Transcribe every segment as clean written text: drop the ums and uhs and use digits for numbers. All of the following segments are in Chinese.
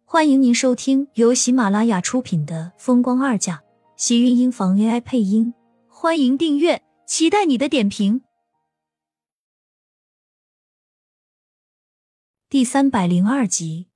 欢迎您收听由喜马拉雅出品的《风光二嫁》，喜运音房 AI 配音。欢迎订阅，期待你的点评。第302集。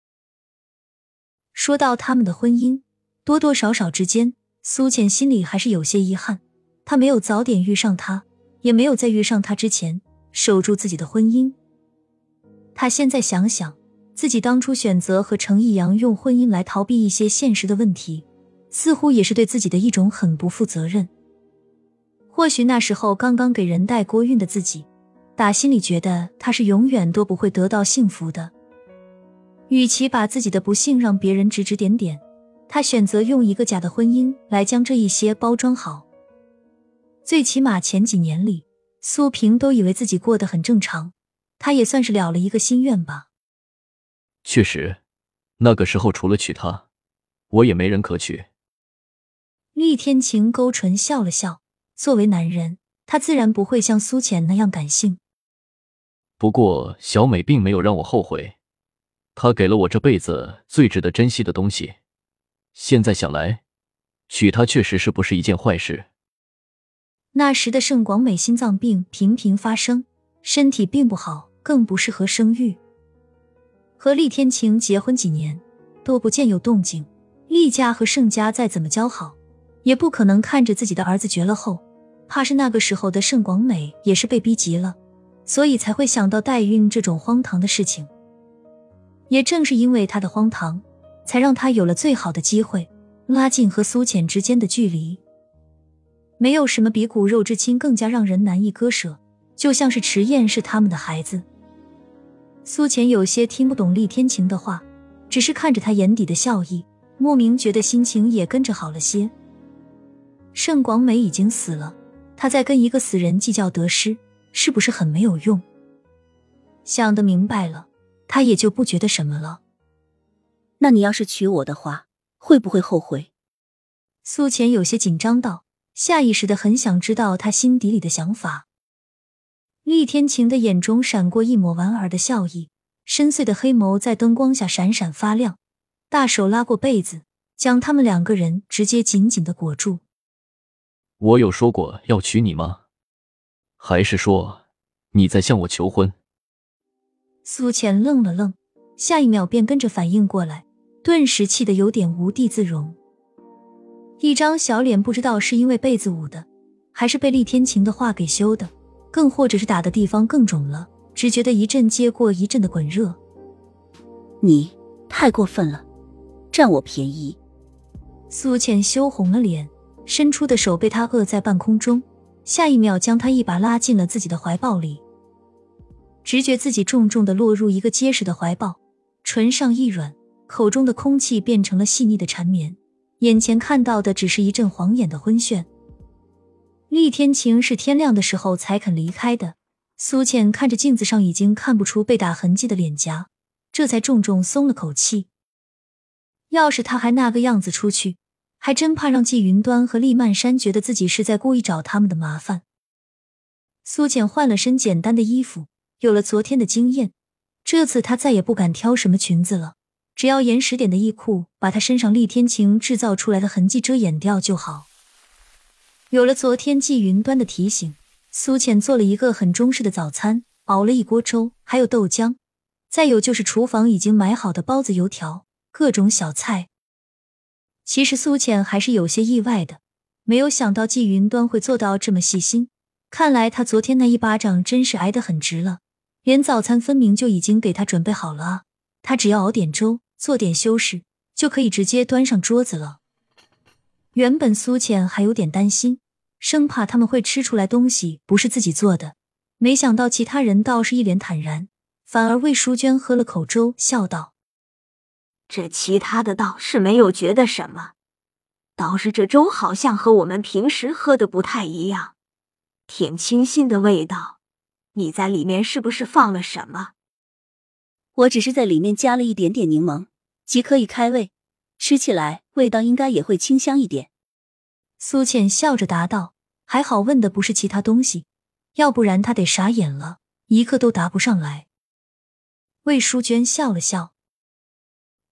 说到他们的婚姻，多多少少之间，苏浅心里还是有些遗憾，她没有早点遇上他，也没有在遇上他之前守住自己的婚姻。她现在想想，自己当初选择和程逸阳用婚姻来逃避一些现实的问题，似乎也是对自己的一种很不负责任。或许那时候刚刚给人带过孕的自己，打心里觉得他是永远都不会得到幸福的。与其把自己的不幸让别人指指点点，他选择用一个假的婚姻来将这一些包装好。最起码前几年里，苏萍都以为自己过得很正常，他也算是了了一个心愿吧。 确实，那个时候除了娶她，我也没人可娶。 厉天晴勾唇笑了笑，作为男人，他自然不会像苏浅那样感性。 不过小美并没有让我后悔，她给了我这辈子最值得珍惜的东西。现在想来，娶她确实是不是一件坏事。 那时的盛广美心脏病频频发生，身体并不好，更不适合生育。和厉天晴结婚几年都不见有动静，厉家和盛家再怎么交好，也不可能看着自己的儿子绝了后，怕是那个时候的盛广美也是被逼急了，所以才会想到代孕这种荒唐的事情。也正是因为他的荒唐，才让他有了最好的机会拉近和苏浅之间的距离。没有什么比骨肉之亲更加让人难以割舍，就像是迟燕是他们的孩子。苏浅有些听不懂厉天晴的话，只是看着他眼底的笑意，莫名觉得心情也跟着好了些。盛广美已经死了，他在跟一个死人计较得失，是不是很没有用？想得明白了，他也就不觉得什么了。 那你要是娶我的话，会不会后悔？ 苏浅有些紧张道，下意识地很想知道他心底里的想法。厉天晴的眼中闪过一抹莞尔的笑意，深邃的黑眸在灯光下闪闪发亮，大手拉过被子，将他们两个人直接紧紧地裹住。 我有说过要娶你吗？还是说你在向我求婚？ 苏浅愣了愣，下一秒便跟着反应过来，顿时气得有点无地自容。一张小脸不知道是因为被子捂的，还是被厉天晴的话给羞的，更或者是打的地方更肿了，只觉得一阵接过一阵的滚热。 你太过分了，占我便宜。 苏浅羞红了脸，伸出的手被他扼在半空中，下一秒将他一把拉进了自己的怀抱里。直觉自己重重地落入一个结实的怀抱，唇上一软，口中的空气变成了细腻的缠绵，眼前看到的只是一阵晃眼的昏眩。厉天晴是天亮的时候才肯离开的，苏浅看着镜子上已经看不出被打痕迹的脸颊，这才重重松了口气。要是他还那个样子出去，还真怕让季云端和厉曼山觉得自己是在故意找他们的麻烦。苏浅换了身简单的衣服，有了昨天的经验，这次他再也不敢挑什么裙子了，只要严实点的衣裤把他身上厉天晴制造出来的痕迹遮掩掉就好。有了昨天季云端的提醒，苏浅做了一个很中式的早餐，熬了一锅粥，还有豆浆，再有就是厨房已经买好的包子油条，各种小菜。其实苏浅还是有些意外的，没有想到季云端会做到这么细心，看来他昨天那一巴掌真是挨得很直了，连早餐分明就已经给他准备好了啊，他只要熬点粥，做点修饰，就可以直接端上桌子了。原本苏浅还有点担心，生怕他们会吃出来东西不是自己做的，没想到其他人倒是一脸坦然，反而魏淑娟喝了口粥，笑道： 这其他的倒是没有觉得什么，倒是这粥好像和我们平时喝的不太一样，挺清新的味道，你在里面是不是放了什么？ 我只是在里面加了一点点柠檬，既可以开胃，吃起来味道应该也会清香一点。 苏浅笑着答道，还好问的不是其他东西，要不然他得傻眼了，一个都答不上来。魏淑娟笑了笑，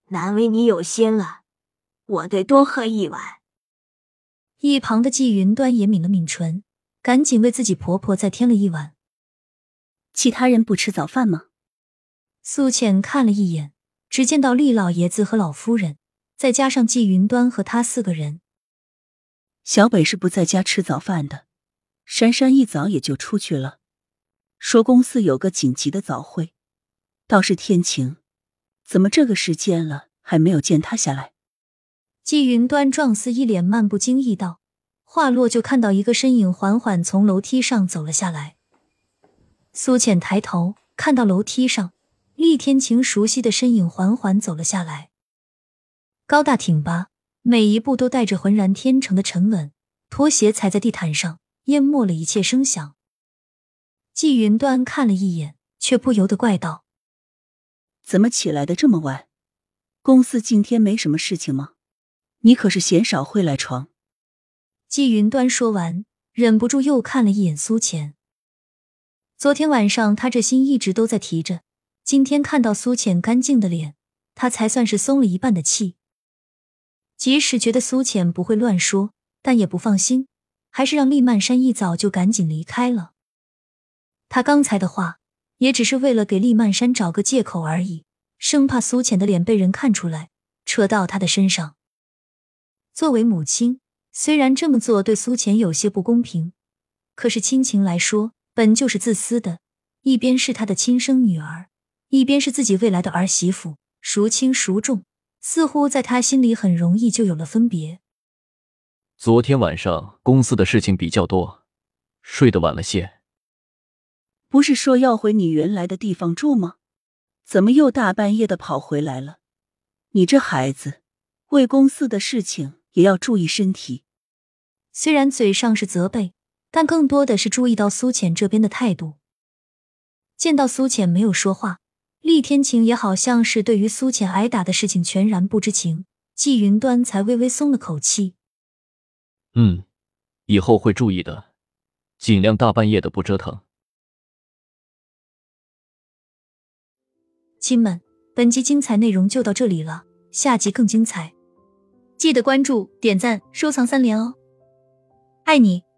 难为你有心了，我得多喝一碗。 一旁的季云端也抿了抿唇，赶紧为自己婆婆再添了一碗。 其他人不吃早饭吗？ 苏浅看了一眼，只见到厉老爷子和老夫人，再加上季云端和他4个人。 小北是不在家吃早饭的，珊珊一早也就出去了，说公司有个紧急的早会，倒是天晴，怎么这个时间了还没有见他下来？ 季云端状似一脸漫不经意道，话落就看到一个身影缓缓从楼梯上走了下来。苏浅抬头看到楼梯上厉天晴熟悉的身影缓缓走了下来，高大挺拔，每一步都带着浑然天成的沉稳，拖鞋踩在地毯上淹没了一切声响。季云端看了一眼，却不由得怪道： 怎么起来的这么晚？公司今天没什么事情吗？你可是鲜少会赖床。 季云端说完，忍不住又看了一眼苏浅。昨天晚上他这心一直都在提着，今天看到苏浅干净的脸，他才算是松了一半的气。即使觉得苏浅不会乱说，但也不放心，还是让厉曼山一早就赶紧离开了。他刚才的话也只是为了给厉曼山找个借口而已，生怕苏浅的脸被人看出来，扯到他的身上。作为母亲，虽然这么做对苏浅有些不公平，可是亲情来说本就是自私的，一边是他的亲生女儿，一边是自己未来的儿媳妇，孰轻孰重，似乎在他心里很容易就有了分别。 昨天晚上公司的事情比较多，睡得晚了些。 不是说要回你原来的地方住吗？怎么又大半夜的跑回来了？你这孩子，为公司的事情也要注意身体。 虽然嘴上是责备，但更多的是注意到苏浅这边的态度。见到苏浅没有说话，厉天晴也好像是对于苏浅挨打的事情全然不知情，季云端才微微松了口气。 以后会注意的，尽量大半夜的不折腾。 亲们，本集精彩内容就到这里了，下集更精彩，记得关注、点赞、收藏3连哦！爱你。